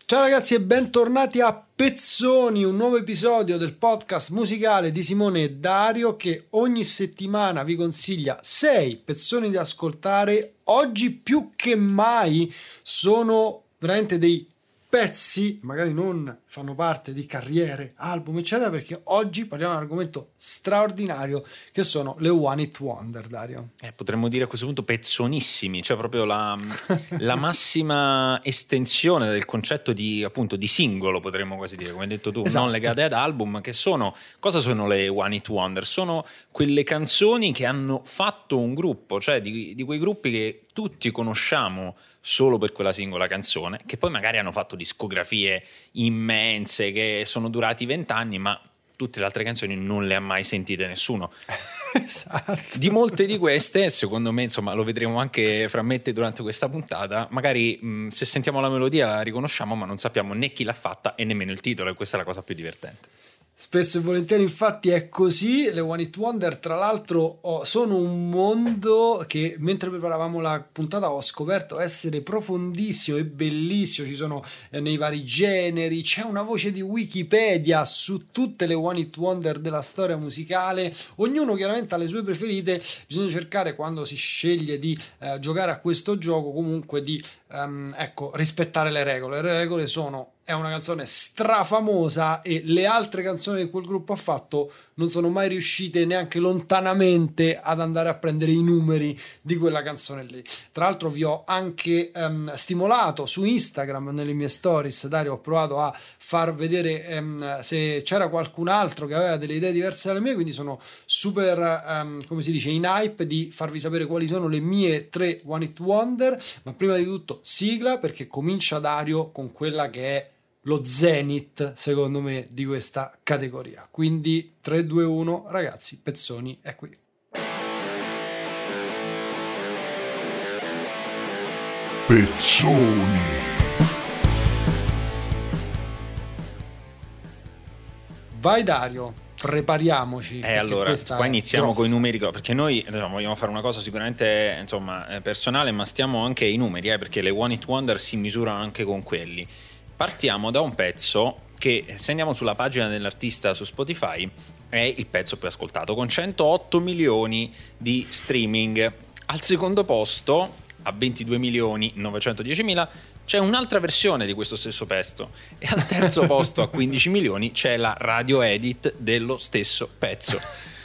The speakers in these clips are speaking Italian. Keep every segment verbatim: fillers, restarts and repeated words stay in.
Ciao ragazzi e bentornati a Pezzoni, un nuovo episodio del podcast musicale di Simone e Dario che ogni settimana vi consiglia sei pezzoni da ascoltare. Oggi più che mai sono veramente dei pezzi, magari non fanno parte di carriere, album eccetera, perché oggi parliamo di un argomento straordinario che sono le One Hit Wonder, Dario. Eh, potremmo dire a questo punto pezzonissimi, cioè proprio la, la massima estensione del concetto di appunto di singolo, potremmo quasi dire, come hai detto tu, Esatto. Non legate ad album. Che sono, cosa sono le One Hit Wonder? Sono quelle canzoni che hanno fatto un gruppo, cioè di, di quei gruppi che tutti conosciamo solo per quella singola canzone, che poi magari hanno fatto discografie immense che sono durati vent'anni, ma tutte le altre canzoni non le ha mai sentite nessuno. Esatto. Di molte di queste, secondo me, insomma, lo vedremo anche fra me e te durante questa puntata, magari mh, se sentiamo la melodia la riconosciamo, ma non sappiamo né chi l'ha fatta e nemmeno il titolo, e questa è la cosa più divertente. Spesso e volentieri infatti è così. Le One Hit Wonder tra l'altro oh, sono un mondo che mentre preparavamo la puntata ho scoperto essere profondissimo e bellissimo. Ci sono eh, nei vari generi, c'è una voce di Wikipedia su tutte le One Hit Wonder della storia musicale, ognuno chiaramente ha le sue preferite. Bisogna cercare, quando si sceglie di eh, giocare a questo gioco, comunque di um, ecco rispettare le regole. Le regole sono: è una canzone strafamosa e le altre canzoni che quel gruppo ha fatto non sono mai riuscite neanche lontanamente ad andare a prendere i numeri di quella canzone lì. Tra l'altro vi ho anche um, stimolato su Instagram nelle mie stories, Dario, ho provato a far vedere um, se c'era qualcun altro che aveva delle idee diverse dalle mie, quindi sono super, um, come si dice, in hype di farvi sapere quali sono le mie tre One Hit Wonder. Ma prima di tutto sigla, perché comincia Dario con quella che è lo zenith, secondo me, di questa categoria. Quindi tre, due, uno, ragazzi, Pezzoni è qui. Pezzoni. Vai Dario, prepariamoci. E eh, allora, qua iniziamo con i numeri, perché noi diciamo, vogliamo fare una cosa sicuramente insomma personale, ma stiamo anche ai numeri, eh, perché le One Hit Wonder si misurano anche con quelli. Partiamo da un pezzo che, se andiamo sulla pagina dell'artista su Spotify, è il pezzo più ascoltato, con centootto milioni di streaming. Al secondo posto, a ventidue milioni novecentodiecimila, c'è un'altra versione di questo stesso pezzo, e al terzo posto, a quindici milioni, c'è la radio edit dello stesso pezzo.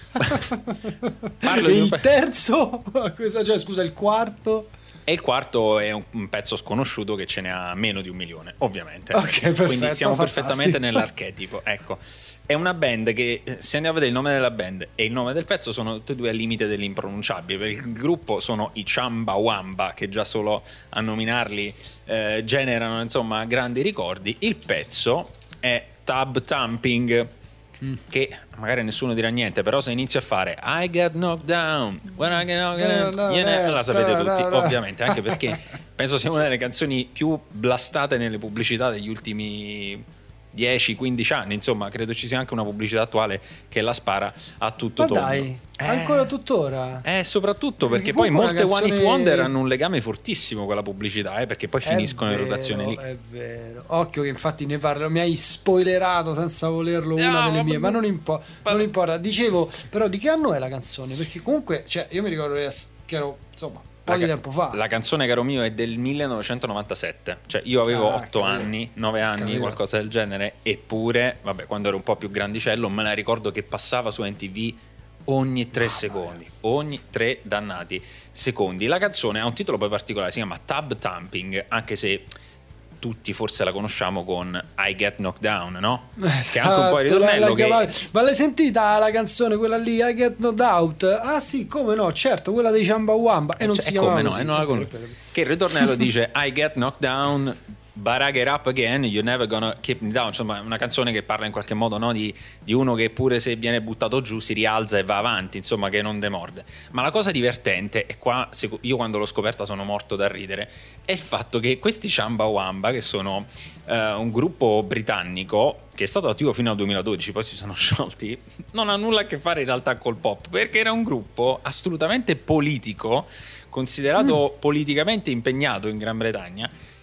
Parlo e il pe- terzo? Cioè, scusa, il quarto? E il quarto è un pezzo sconosciuto che ce ne ha meno di un milione, ovviamente. Ok, perfetto, quindi siamo fantastico. Perfettamente nell'archetipo. Ecco, è una band che, se andiamo a vedere il nome della band e il nome del pezzo, sono tutti e due al limite dell'impronunciabile. Per il gruppo sono i Chumbawamba, che già solo a nominarli eh, generano insomma grandi ricordi. Il pezzo è Tub Thumping, che magari nessuno dirà niente, però se inizio a fare I get knocked down, when I get knocked down, gliene, la sapete tutti, ovviamente, anche perché penso sia una delle canzoni più blastate nelle pubblicità degli ultimi dieci quindici anni, insomma credo ci sia anche una pubblicità attuale che la spara a tutto ma tondo. dai, eh, ancora tuttora? Eh, soprattutto perché, perché poi molte canzone... One Hit Wonder hanno un legame fortissimo con la pubblicità, eh, perché poi finiscono in rotazione lì. È vero, occhio che infatti ne parlo, mi hai spoilerato senza volerlo una no, delle mie, ma, ma non, impo- non importa. Dicevo, però di che anno è la canzone? Perché comunque, cioè, io mi ricordo che ero, insomma, un po' di tempo fa. La canzone, caro mio, è del millenovecentonovantasette, cioè io avevo ah, otto anni, nove anni, capito. Qualcosa del genere, eppure, vabbè, quando ero un po' più grandicello me la ricordo che passava su M T V ogni tre ah, secondi, ogni tre dannati secondi. La canzone ha un titolo poi particolare, si chiama Tub Thumping, anche se tutti forse la conosciamo con I Get Knocked Down, no? Esatto, che è anche un po' il ritornello la, la che... Ma l'hai sentita la canzone, quella lì, I Get Knocked Out? Ah sì, come no, certo, quella dei Chumbawamba, e non cioè, si chiamava come no, così. E non la conosco. Che il ritornello dice I get knocked down, but I get up again, you're never gonna keep me down. Insomma, è una canzone che parla in qualche modo, no, di, di uno che pure se viene buttato giù si rialza e va avanti, insomma, che non demorde. Ma la cosa divertente, e qua io quando l'ho scoperta sono morto da ridere, è il fatto che questi Chumbawamba, che sono uh, un gruppo britannico che è stato attivo fino al duemiladodici, poi si sono sciolti, non ha nulla a che fare in realtà col pop, perché era un gruppo assolutamente politico, considerato mm. politicamente impegnato in Gran Bretagna,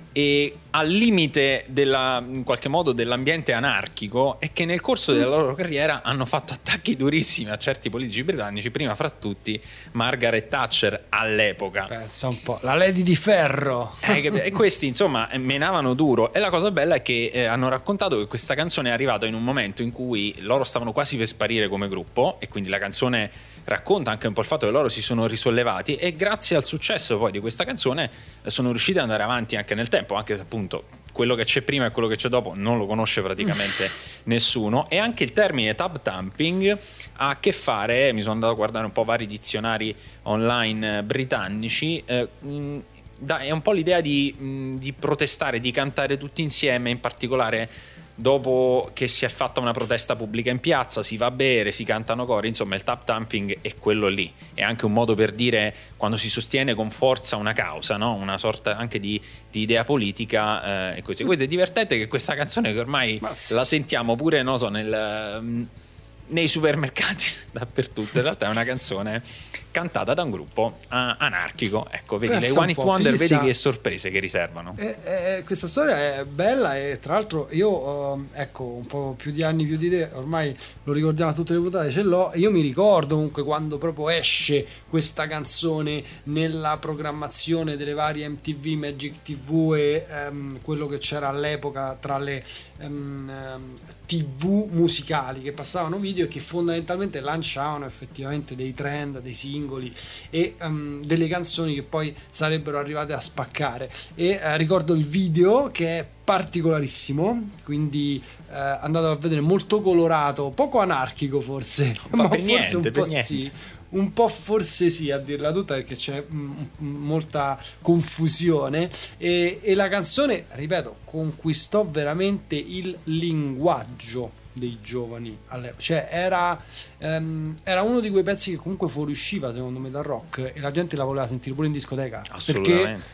e al limite della, in qualche modo dell'ambiente anarchico, e che nel corso della loro carriera hanno fatto attacchi durissimi a certi politici britannici, prima fra tutti Margaret Thatcher all'epoca. Pensa un po', la Lady di Ferro. Eh, e questi insomma menavano duro, e la cosa bella è che eh, hanno raccontato che questa canzone è arrivata in un momento in cui loro stavano quasi per sparire come gruppo, e quindi la canzone racconta anche un po' il fatto che loro si sono risollevati, e grazie al successo poi di questa canzone sono riusciti ad andare avanti anche nel tempo, anche se appunto quello che c'è prima e quello che c'è dopo non lo conosce praticamente nessuno. E anche il termine tub thumping ha a che fare, mi sono andato a guardare un po' vari dizionari online britannici, eh, mh, da, è un po' l'idea di, mh, di protestare, di cantare tutti insieme, in particolare dopo che si è fatta una protesta pubblica in piazza, si va a bere, si cantano cori, insomma il tap thumping è quello lì, è anche un modo per dire quando si sostiene con forza una causa, no? Una sorta anche di, di idea politica, eh, e così. Quindi è divertente che questa canzone, che ormai sì, la sentiamo pure, non so, nel, nei supermercati dappertutto, in realtà è una canzone cantata da un gruppo uh, anarchico. Ecco, vedi, pensa le One Hit Wonder, vedi che sorprese che riservano. Eh, eh, questa storia è bella, e tra l'altro io uh, ecco, un po' più di anni più di te, ormai lo ricordiamo a tutte le puntate, ce l'ho. Io mi ricordo comunque quando proprio esce questa canzone nella programmazione delle varie M T V, Magic T V e um, quello che c'era all'epoca tra le um, um, T V musicali che passavano video e che fondamentalmente lanciavano effettivamente dei trend, dei singoli e um, delle canzoni che poi sarebbero arrivate a spaccare. E eh, ricordo il video, che è particolarissimo, quindi eh, andato a vedere, molto colorato, poco anarchico forse, ma, ma per forse niente, un po' per sì niente. un po' forse sì, a dirla tutta, perché c'è m- m- molta confusione, e, e la canzone, ripeto, conquistò veramente il linguaggio dei giovani all'epoca. Cioè era, um, era uno di quei pezzi che comunque fuoriusciva secondo me dal rock, e la gente la voleva sentire pure in discoteca, perché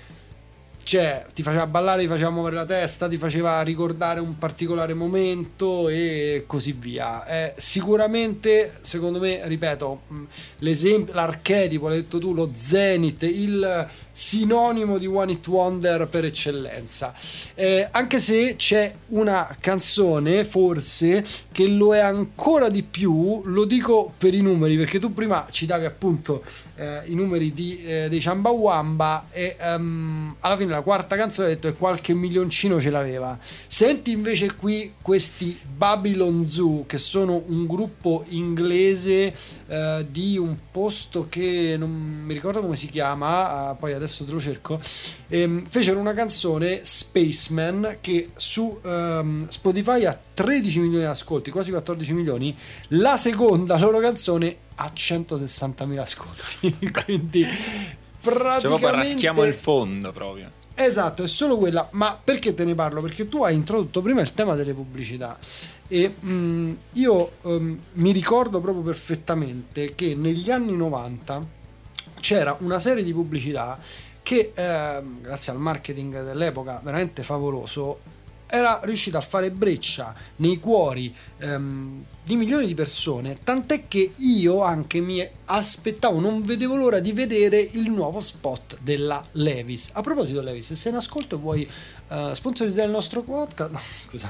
cioè ti faceva ballare, ti faceva muovere la testa, ti faceva ricordare un particolare momento e così via. Eh, sicuramente, secondo me, ripeto, l'esempio, l'archetipo, l'hai detto tu, lo Zenith, il sinonimo di One Hit Wonder per eccellenza. Eh, anche se c'è una canzone forse che lo è ancora di più, lo dico per i numeri, perché tu prima citavi appunto eh, i numeri di, eh, dei Chumbawamba, e um, alla fine la quarta canzone ha detto che qualche milioncino ce l'aveva. Senti invece qui questi Babylon Zoo, che sono un gruppo inglese eh, di un posto che non mi ricordo come si chiama, eh, poi adesso te lo cerco. Ehm, fecero una canzone, Spaceman, che su ehm, Spotify ha tredici milioni di ascolti, quasi quattordici milioni. La seconda loro canzone ha centosessantamila ascolti. Quindi praticamente, cioè, proprio raschiamo il fondo proprio. Esatto, è solo quella. Ma perché te ne parlo? Perché tu hai introdotto prima il tema delle pubblicità, e mh, io um, mi ricordo proprio perfettamente che negli anni novanta c'era una serie di pubblicità che eh, grazie al marketing dell'epoca veramente favoloso era riuscita a fare breccia nei cuori ehm, di milioni di persone, tant'è che io anche mi aspettavo, non vedevo l'ora di vedere il nuovo spot della Levi's. A proposito, Levi's, se sei in ascolto e vuoi uh, sponsorizzare il nostro podcast, no, scusa,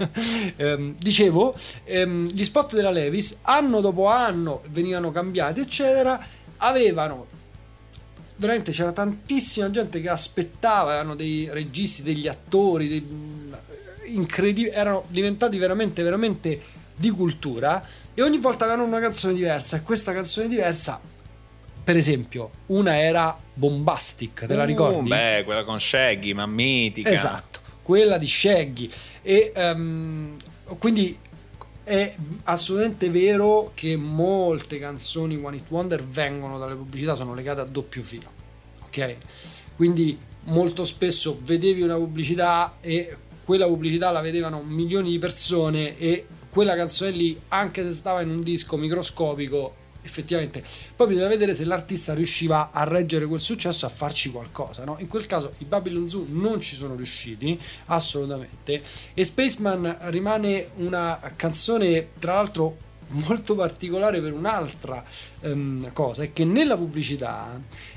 ehm, dicevo, ehm, gli spot della Levi's anno dopo anno venivano cambiati eccetera, avevano veramente, c'era tantissima gente che aspettava, erano dei registi, degli attori, dei, incredibili, erano diventati veramente veramente di cultura, e ogni volta avevano una canzone diversa, e questa canzone diversa, per esempio, una era Bombastic, te la ricordi? Uh, beh, quella con Shaggy, ma mitica. Esatto, quella di Shaggy, e um, quindi è assolutamente vero che molte canzoni One Hit Wonder vengono dalle pubblicità, sono legate a doppio filo, ok? Quindi molto spesso vedevi una pubblicità e quella pubblicità la vedevano milioni di persone, e quella canzone lì, anche se stava in un disco microscopico, effettivamente poi bisogna vedere se l'artista riusciva a reggere quel successo, a farci qualcosa, no? In quel caso i Babylon Zoo non ci sono riusciti assolutamente, e Spaceman rimane una canzone tra l'altro molto particolare per un'altra um, cosa, è che nella pubblicità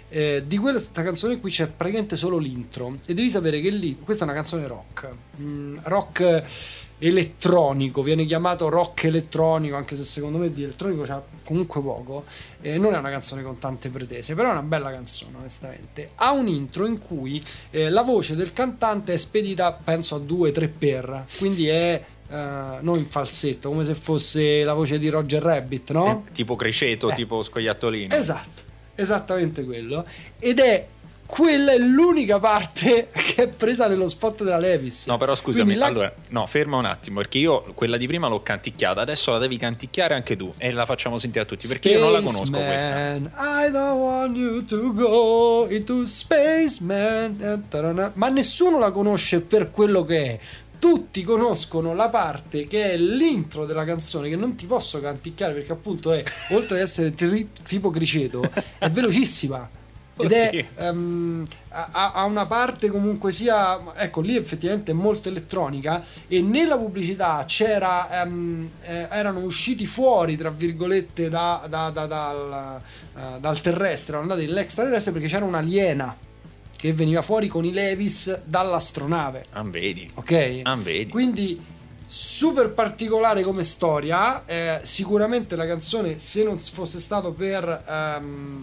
eh, di questa canzone qui c'è praticamente solo l'intro e devi sapere che lì, questa è una canzone rock, mm, rock elettronico, viene chiamato rock elettronico, anche se secondo me di elettronico c'ha comunque poco, eh, non è una canzone con tante pretese, però è una bella canzone onestamente. Ha un intro in cui eh, la voce del cantante è spedita penso a due tre per, quindi è Uh, non in falsetto, come se fosse la voce di Roger Rabbit, no? Eh, tipo criceto, eh. tipo scoiattolino. Esatto, esattamente quello. Ed è quella è l'unica parte che è presa nello spot della Levi's. No, però scusami, la... allora, no, ferma un attimo, perché io quella di prima l'ho canticchiata, adesso la devi canticchiare anche tu e la facciamo sentire a tutti, perché Space io non la conosco man, questa. I don't want you to go into space, man. Ma nessuno la conosce per quello che è. Tutti conoscono la parte che è l'intro della canzone, che non ti posso canticchiare perché appunto è, oltre ad essere tri- tipo criceto, è velocissima ed è um, ha, ha una parte comunque sia, ecco lì effettivamente è molto elettronica, e nella pubblicità c'era um, eh, erano usciti fuori tra virgolette da, da, da, dal, uh, dal terrestre, erano andati nell'extraterrestre perché c'era un'aliena che veniva fuori con i Levi's dall'astronave. Ah, vedi. Ok? Ah, vedi. Quindi super particolare come storia. Eh, sicuramente la canzone, se non fosse stato per um,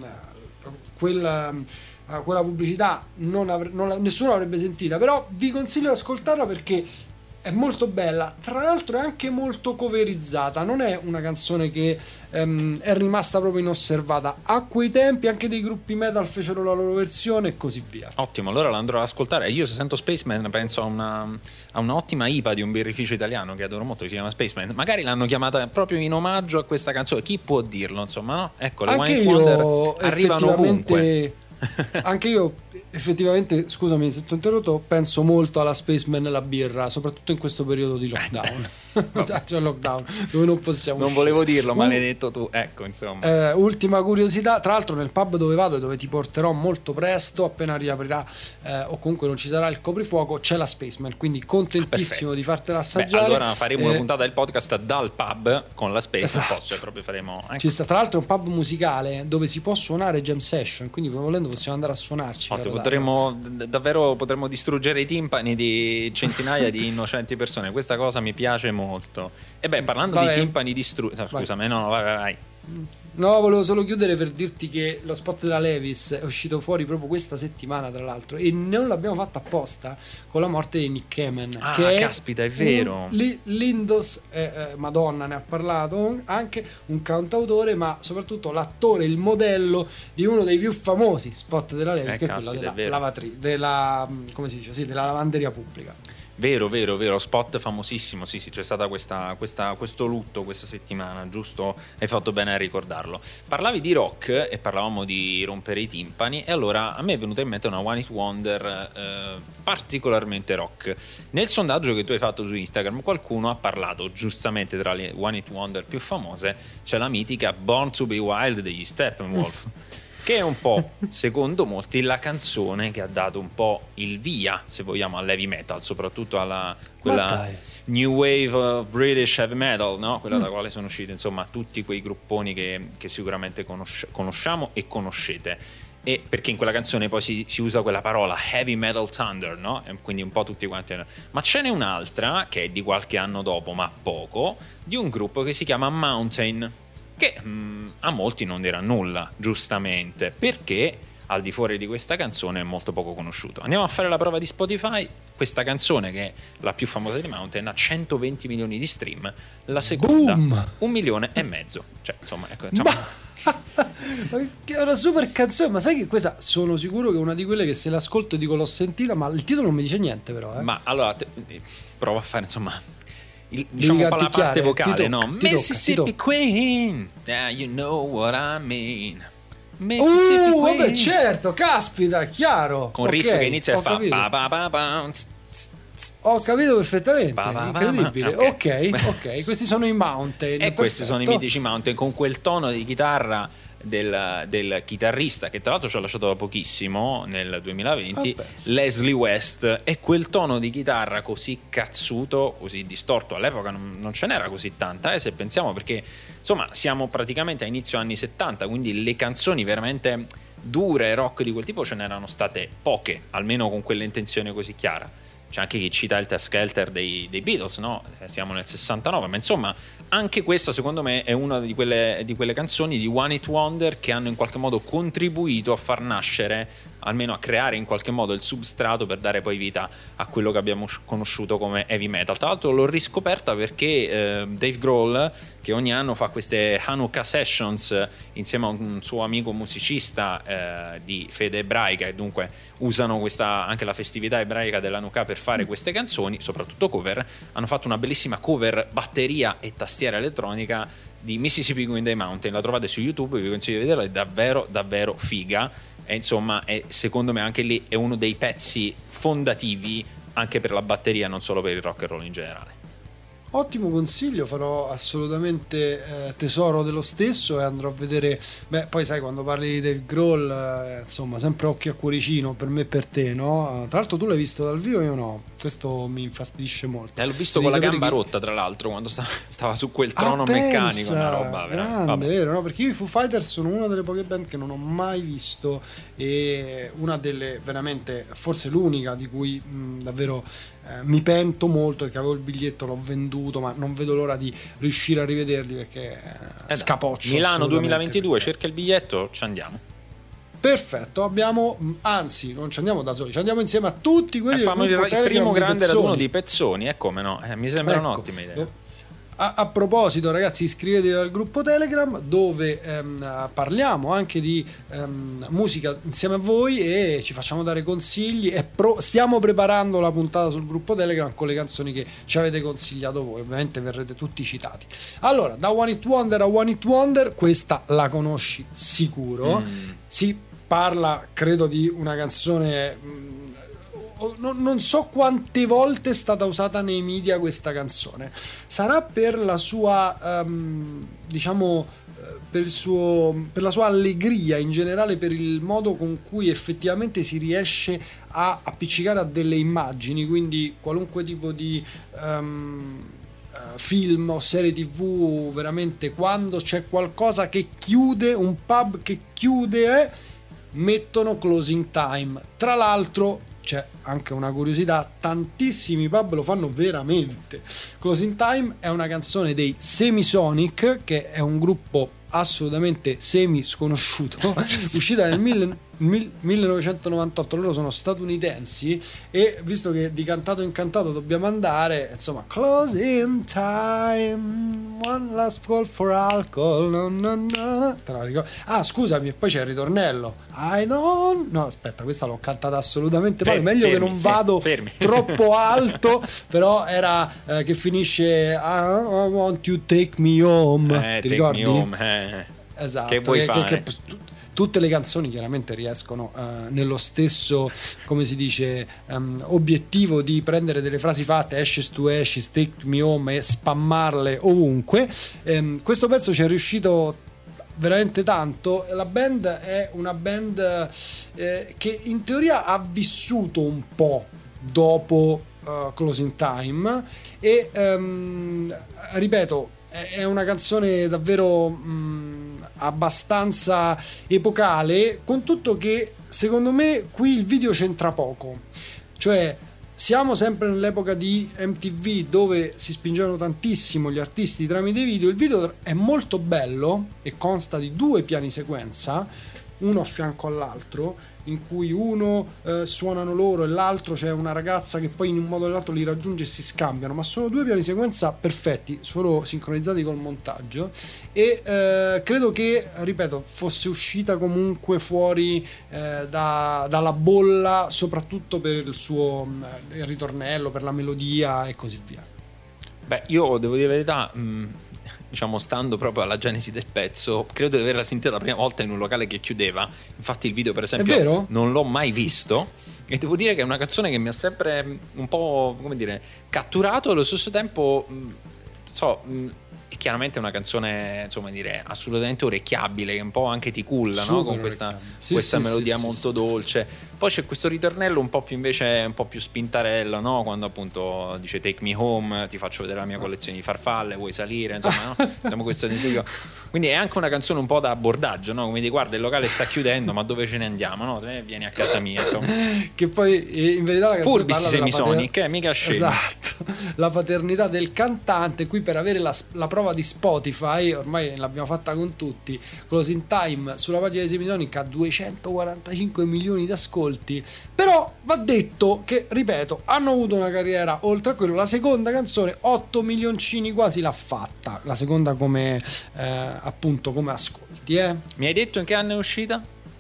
quella, uh, quella pubblicità, non avre- non la- nessuno l'avrebbe sentita. Però vi consiglio di ascoltarla perché è molto bella, tra l'altro è anche molto coverizzata, non è una canzone che um, è rimasta proprio inosservata. A quei tempi anche dei gruppi metal fecero la loro versione e così via. Ottimo, allora la andrò ad ascoltare. Io se sento Spaceman penso a una, a un'ottima I P A di un birrificio italiano che adoro molto, che si chiama Spaceman. Magari l'hanno chiamata proprio in omaggio a questa canzone, chi può dirlo, insomma, no? Ecco, le Anche One Hit io Wonder arrivano ovunque. effettivamente anche io effettivamente, scusami se ti ho interrotto, penso molto alla Spaceman e la birra, soprattutto in questo periodo di lockdown. Già c'è il lockdown dove non possiamo non uscire. volevo dirlo, Uh, maledetto tu, ecco, insomma. eh, ultima curiosità, tra l'altro nel pub dove vado e dove ti porterò molto presto, appena riaprirà eh, o comunque non ci sarà il coprifuoco, c'è la Spaceman, quindi contentissimo Perfetto. di fartela assaggiare. Beh, allora faremo eh, una puntata del podcast dal pub con la Spaceman, esatto. poi, cioè proprio faremo, ecco. Ci sta, tra l'altro è un pub musicale dove si può suonare jam session, quindi volendo possiamo andare a suonarci. Ottimo, potremmo d- davvero potremmo distruggere i timpani di centinaia di innocenti persone. Questa cosa mi piace molto. E beh, parlando Vabbè. di timpani distrutti, no, scusami, no, no, vai, vai, vai. No, volevo solo chiudere per dirti che lo spot della Levi's è uscito fuori proprio questa settimana, tra l'altro, e non l'abbiamo fatto apposta con la morte di Nick Kamen. Ah, che caspita, è vero. Un, Li, Lindos, eh, eh, Madonna ne ha parlato, anche un cantautore, ma soprattutto l'attore, il modello di uno dei più famosi spot della Levi's, Eh, che caspita, è quello è della vero. lavatrice, della, come si dice, sì, della lavanderia pubblica. Vero, vero, vero, spot famosissimo, sì, sì, c'è stata questa, questa, questo lutto questa settimana, giusto? Hai fatto bene a ricordarlo. Parlavi di rock e parlavamo di rompere i timpani, e allora a me è venuta in mente una One Hit Wonder eh, particolarmente rock. Nel sondaggio che tu hai fatto su Instagram qualcuno ha parlato, giustamente, tra le One Hit Wonder più famose c'è la mitica Born to Be Wild degli Steppenwolf. Che è un po', secondo molti, la canzone che ha dato un po' il via, se vogliamo, all'heavy metal, soprattutto alla quella new wave of British heavy metal, no? Quella mm. da quale sono usciti, insomma, tutti quei grupponi che, che sicuramente conosci- conosciamo e conoscete. E perché in quella canzone poi si, si usa quella parola heavy metal thunder, no? E quindi un po' tutti quanti. Ma ce n'è un'altra che è di qualche anno dopo, ma poco, di un gruppo che si chiama Mountain, che mh, a molti non dirà nulla, giustamente, perché al di fuori di questa canzone è molto poco conosciuto. Andiamo a fare la prova di Spotify. Questa canzone, che è la più famosa di Mountain, ha centoventi milioni di stream, la seconda Boom! un milione e mezzo, cioè insomma, ecco, insomma. Ma è una super canzone, ma sai che questa sono sicuro che è una di quelle che se l'ascolto dico l'ho sentita, ma il titolo non mi dice niente, però eh. Ma allora te, prova a fare, insomma, il, diciamo un po' la parte vocale, tocca, no? Mississippi Queen, yeah, you know what I mean. Mississippi uh, Queen. Vabbè, certo, caspita, chiaro. Con okay, riff che inizia e fa capito. ba ba ba ba, tz, tz, tz, ho capito perfettamente, ba, ba, incredibile. ba, ok, ok, okay. Questi sono i Mountain. E perfetto. Questi sono i mitici Mountain, con quel tono di chitarra del, del chitarrista che tra l'altro ci ha lasciato da pochissimo nel duemilaventi, oh, Leslie West, e quel tono di chitarra così cazzuto, così distorto. All'epoca non, non ce n'era così tanta, eh, se pensiamo, perché insomma siamo praticamente a inizio anni settanta, quindi le canzoni veramente dure rock di quel tipo ce n'erano state poche, almeno con quell'intenzione così chiara. C'è anche chi cita il Skelter dei, dei Beatles, no? Siamo nel sessantanove, ma insomma anche questa secondo me è una di quelle, di quelle canzoni di One Hit Wonder che hanno in qualche modo contribuito a far nascere, almeno a creare in qualche modo il substrato per dare poi vita a quello che abbiamo conosciuto come heavy metal. Tra l'altro l'ho riscoperta perché eh, Dave Grohl, che ogni anno fa queste Hanukkah Sessions insieme a un suo amico musicista eh, di fede ebraica, e dunque usano questa, anche la festività ebraica dell'Hanukkah per fare queste canzoni, soprattutto cover, hanno fatto una bellissima cover batteria e tastiera elettronica di Mississippi Queen Day Mountain. La trovate su YouTube, vi consiglio di vederla, è davvero davvero figa. E insomma è, secondo me anche lì è uno dei pezzi fondativi anche per la batteria, non solo per il rock and roll in generale. Ottimo consiglio, farò assolutamente eh, tesoro dello stesso e andrò a vedere. Beh, poi sai, quando parli di Dave Grohl, eh, insomma, sempre occhio a cuoricino per me e per te, no? Tra l'altro tu l'hai visto dal vivo, io no. Questo mi infastidisce molto. Eh, l'ho visto Devi con la gamba che... rotta, tra l'altro, quando stava, stava su quel trono ah, meccanico, pensa, una roba grande, vero, no? Perché io i Foo Fighters sono una delle poche band che non ho mai visto, e una delle, veramente, forse l'unica di cui mh, davvero eh, mi pento molto, perché avevo il biglietto, l'ho venduto, ma non vedo l'ora di riuscire a rivederli perché eh, scapoccio. Milano duemilaventidue, perché... cerca il biglietto, ci andiamo. Perfetto, abbiamo, anzi non ci andiamo da soli, ci andiamo insieme a tutti quelli eh, del gruppo il Telegram primo grande Pezzoni. raduno di Pezzoni, e come no, eh, mi sembra ecco, un'ottima idea. A, a proposito, ragazzi, iscrivetevi al gruppo Telegram dove ehm, parliamo anche di ehm, musica insieme a voi e ci facciamo dare consigli, e pro- stiamo preparando la puntata sul gruppo Telegram con le canzoni che ci avete consigliato voi, ovviamente verrete tutti citati. Allora, da One Hit Wonder a One Hit Wonder, questa la conosci sicuro. mm. Si parla, credo, di una canzone, mh, non so quante volte è stata usata nei media questa canzone. Sarà per la sua um, diciamo per il suo per la sua allegria in generale, per il modo con cui effettivamente si riesce a appiccicare a delle immagini, quindi qualunque tipo di um, film o serie tv, veramente quando c'è qualcosa che chiude, un pub che chiude, eh, mettono Closing Time. Tra l'altro c'è anche una curiosità, tantissimi pub lo fanno veramente. Closing Time è una canzone dei Semisonic, che è un gruppo assolutamente semi sconosciuto, uscita nel mille, mil, millenovecentonovantotto. Loro sono statunitensi, e visto che di cantato in cantato dobbiamo andare, insomma, Closing Time, one last call for alcohol, no, no, no, no. Te la ricordo? Ah, scusami, e poi c'è il ritornello, I don't, no aspetta, questa l'ho cantata assolutamente male, meglio fermi, che non vado fermi. troppo alto, però era eh, che finisce I want you take me home, eh, ti take ricordi? Me home, eh. Esatto, che vuoi che, fare? Che, che, tutte le canzoni chiaramente riescono uh, nello stesso, come si dice, um, obiettivo di prendere delle frasi fatte, Ashes to Ashes, Take Me Home, e spammarle ovunque. Um, questo pezzo ci è riuscito veramente tanto. La band è una band eh, che in teoria ha vissuto un po' dopo uh, Closing Time, e um, ripeto, è una canzone davvero mh, abbastanza epocale, con tutto che secondo me qui il video c'entra poco. Cioè, siamo sempre nell'epoca di M T V dove si spingevano tantissimo gli artisti tramite i video. Il video è molto bello e consta di due piani sequenza, uno a fianco all'altro, in cui uno eh, suonano loro e l'altro c'è una ragazza che poi in un modo o nell'altro li raggiunge e si scambiano, ma sono due piani sequenza perfetti, solo sincronizzati col montaggio, e eh, credo che, ripeto, fosse uscita comunque fuori eh, da, dalla bolla, soprattutto per il suo eh, il ritornello, per la melodia e così via. Beh, io devo dire la verità, mh, diciamo, stando proprio alla genesi del pezzo, credo di averla sentita la prima volta in un locale che chiudeva. Infatti il video, per esempio, non l'ho mai visto, e devo dire che è una canzone che mi ha sempre un po', come dire, catturato, allo stesso tempo, mh, so, mh, E chiaramente è una canzone, insomma, dire assolutamente orecchiabile, che un po' anche ti culla, no? Con questa, sì, questa sì, melodia sì, molto sì, dolce. Poi c'è questo ritornello un po' più invece, un po' più spintarello, no? Quando appunto dice take me home, ti faccio vedere la mia collezione di farfalle, vuoi salire, insomma, no? Insomma, questo tipo. Quindi è anche una canzone un po' da abbordaggio, no? Come di guarda, il locale sta chiudendo, ma dove ce ne andiamo, no? Vieni a casa mia, insomma. Che poi in verità la canzone Furbis parla della Semisonic, pater- eh, mica scemi. Esatto, la paternità del cantante. Qui per avere la, la prova di Spotify, ormai l'abbiamo fatta con tutti, Closing Time sulla pagina di Semisonic ha duecentoquarantacinque milioni di ascolti. Però va detto che, ripeto, hanno avuto una carriera oltre a quello. La seconda canzone otto milioncini quasi l'ha fatta, la seconda come eh, appunto come ascolti, eh. Mi hai detto in che anno è uscita?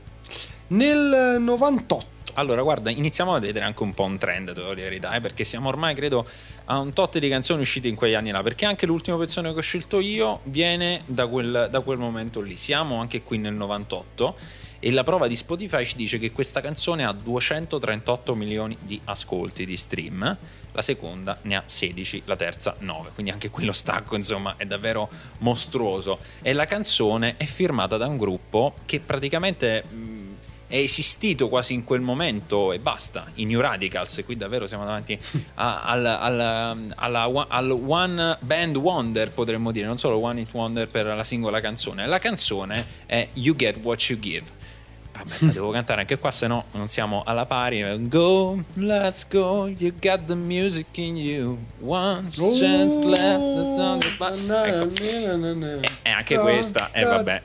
Nel novantotto. Allora, guarda, iniziamo a vedere anche un po' un trend, devo dire la verità, eh, perché siamo ormai, credo, a un tot di canzoni uscite in quegli anni là, perché anche l'ultimo pezzone che ho scelto io viene da quel, da quel momento lì. Siamo anche qui nel novantotto e la prova di Spotify ci dice che questa canzone ha duecentotrentotto milioni di ascolti, di stream, la seconda ne ha sedici, la terza nove, quindi anche qui lo stacco, insomma, è davvero mostruoso. E la canzone è firmata da un gruppo che praticamente mh, è esistito quasi in quel momento e basta, i New Radicals. Qui davvero siamo davanti a, al, al, alla, al One Band Wonder, potremmo dire, non solo One Hit Wonder per la singola canzone. La canzone è You Get What You Give. Vabbè, la devo cantare anche qua, se no non siamo alla pari. Go, let's go, you got the music in you, one chance left, the sound of... Ecco. E, e anche questa, e eh, vabbè,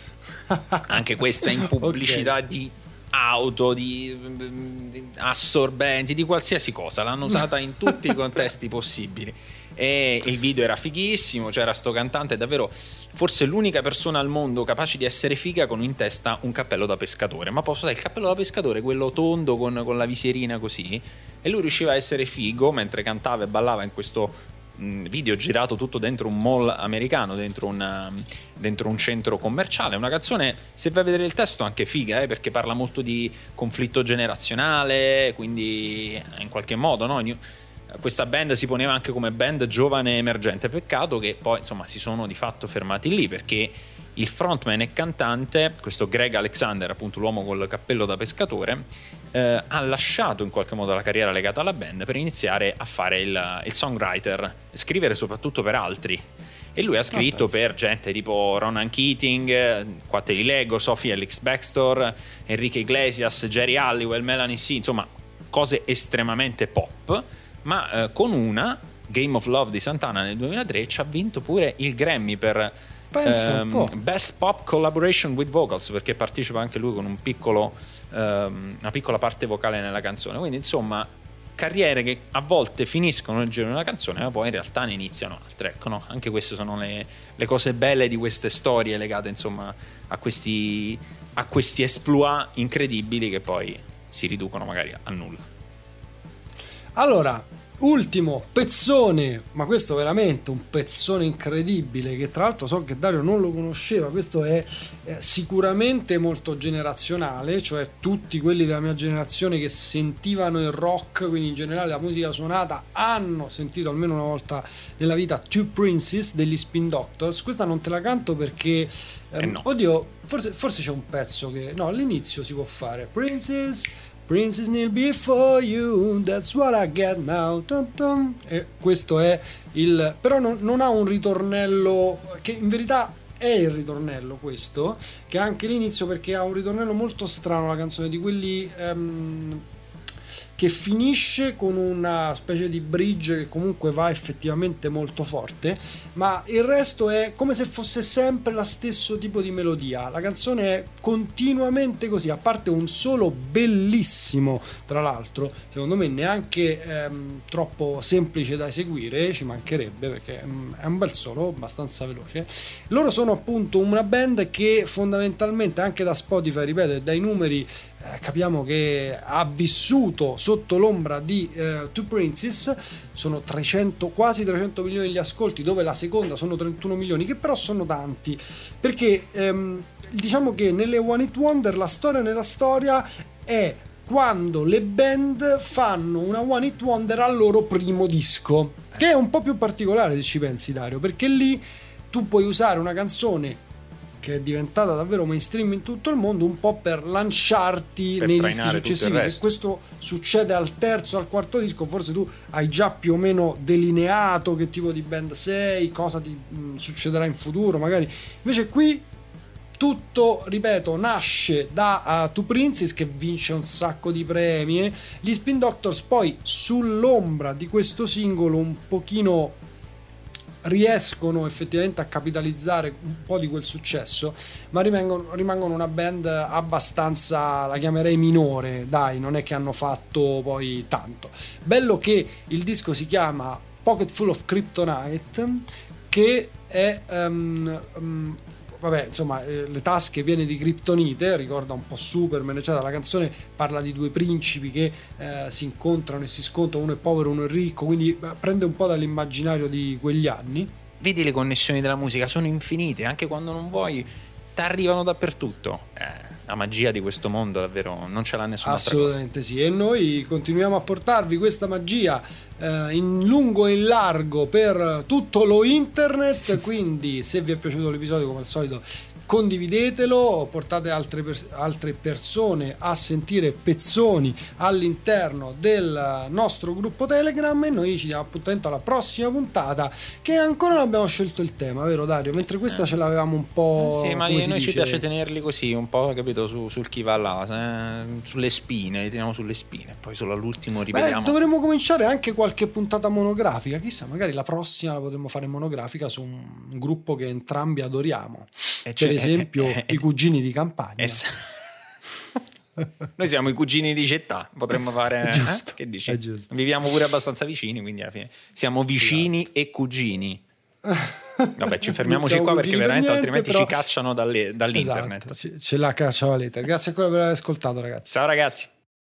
anche questa in pubblicità okay. di auto, di, di assorbenti, di qualsiasi cosa, l'hanno usata in tutti i contesti possibili. E il video era fighissimo, c'era sto cantante, davvero forse l'unica persona al mondo capace di essere figa con in testa un cappello da pescatore. Ma posso dire, il cappello da pescatore, quello tondo con, con la visierina così, e lui riusciva a essere figo mentre cantava e ballava in questo video girato tutto dentro un mall americano, dentro, una, dentro un centro commerciale. Una canzone, se vai a vedere il testo, anche figa, eh, perché parla molto di conflitto generazionale, quindi in qualche modo, no? Questa band si poneva anche come band giovane emergente. Peccato che poi, insomma, si sono di fatto fermati lì, perché il frontman e cantante, questo Greg Alexander, appunto l'uomo col cappello da pescatore, eh, ha lasciato in qualche modo la carriera legata alla band per iniziare a fare il, il songwriter, scrivere soprattutto per altri. E lui ha scritto oh, per gente tipo Ronan Keating, qua te li leggo, Sophie Ellis Bextor, Enrique Iglesias, Jerry Halliwell, Melanie C, insomma cose estremamente pop. Ma eh, con una, Game of Love di Santana nel duemilatré, ci ha vinto pure il Grammy per ehm, Best Pop Collaboration with Vocals, perché partecipa anche lui con un piccolo, ehm, una piccola parte vocale nella canzone. Quindi insomma, carriere che a volte finiscono nel giro di una canzone, ma poi in realtà ne iniziano altre. Ecco, no? Anche queste sono le, le cose belle di queste storie legate, insomma, a questi, a questi exploit incredibili che poi si riducono magari a nulla. Allora, ultimo pezzone, ma questo veramente un pezzone incredibile, che tra l'altro so che Dario non lo conosceva. Questo è eh, sicuramente molto generazionale, cioè tutti quelli della mia generazione che sentivano il rock, quindi in generale la musica suonata, hanno sentito almeno una volta nella vita Two Princes degli Spin Doctors. Questa non te la canto perché ehm, eh no. oddio, forse, forse c'è un pezzo che no, all'inizio si può fare Princess Princess kneel before you, that's what I get now. Dun dun. E questo è il... però non, non ha un ritornello che in verità è il ritornello questo, che ha anche l'inizio, perché ha un ritornello molto strano la canzone, di quelli um, che finisce con una specie di bridge che comunque va effettivamente molto forte, ma il resto è come se fosse sempre lo stesso tipo di melodia. La canzone è continuamente così, a parte un solo bellissimo, tra l'altro, secondo me neanche ehm, troppo semplice da eseguire, ci mancherebbe, perché ehm, è un bel solo, abbastanza veloce. Loro sono appunto una band che fondamentalmente, anche da Spotify, ripeto, e dai numeri, Eh, capiamo che ha vissuto sotto l'ombra di eh, Two Princes. Sono trecento, quasi trecento milioni gli ascolti, dove la seconda sono trentuno milioni, che però sono tanti, perché ehm, diciamo che nelle One Hit Wonder la storia nella storia è quando le band fanno una One Hit Wonder al loro primo disco. che è un po' più particolare se ci pensi, Dario, perché lì tu puoi usare una canzone che è diventata davvero mainstream in tutto il mondo un po' per lanciarti per nei dischi successivi. Se resto. questo succede al terzo, al quarto disco, forse tu hai già più o meno delineato che tipo di band sei, cosa ti mh, succederà in futuro magari. Invece qui tutto, ripeto, nasce da uh, Two Princes, che vince un sacco di premi. Gli Spin Doctors poi sull'ombra di questo singolo un pochino riescono effettivamente a capitalizzare un po' di quel successo, ma rimangono, rimangono una band abbastanza, la chiamerei minore, dai, non è che hanno fatto poi tanto. Bello che il disco si chiama Pocket Full of Kryptonite, che è um, um, vabbè, insomma, eh, le tasche piene di criptonite, ricorda un po' Superman, eccetera. La canzone parla di due principi che eh, si incontrano e si scontrano, uno è povero, uno è ricco, quindi eh, prende un po' dall'immaginario di quegli anni. Vedi, le connessioni della musica sono infinite, anche quando non vuoi, ti arrivano dappertutto. Eh, la magia di questo mondo davvero non ce l'ha nessuno. Assolutamente sì, e noi continuiamo a portarvi questa magia eh, in lungo e in largo per tutto lo internet, quindi se vi è piaciuto l'episodio, come al solito, condividetelo, portate altre, pers- altre persone a sentire pezzoni all'interno del nostro gruppo Telegram, e noi ci diamo appuntamento alla prossima puntata, che ancora non abbiamo scelto il tema, vero Dario? Mentre questa eh. ce l'avevamo un po'... Sì, ma noi dice? ci piace tenerli così, un po', capito, su, sul chi va là, eh, sulle spine, li teniamo sulle spine, poi solo all'ultimo ripetiamo. Beh, dovremmo cominciare anche qualche puntata monografica, chissà, magari la prossima la potremmo fare monografica su un gruppo che entrambi adoriamo. E per esempio eh, eh, i cugini di campagna. Es- Noi siamo i cugini di città, potremmo fare giusto, eh? Che dici? Viviamo pure abbastanza vicini, quindi alla fine siamo vicini sì. e cugini. Vabbè, ci fermiamo qua perché veramente per niente, altrimenti però... ci cacciano dalle, dall'internet. Esatto, ce la cacciano all'internet. Grazie ancora per aver ascoltato, ragazzi. Ciao ragazzi.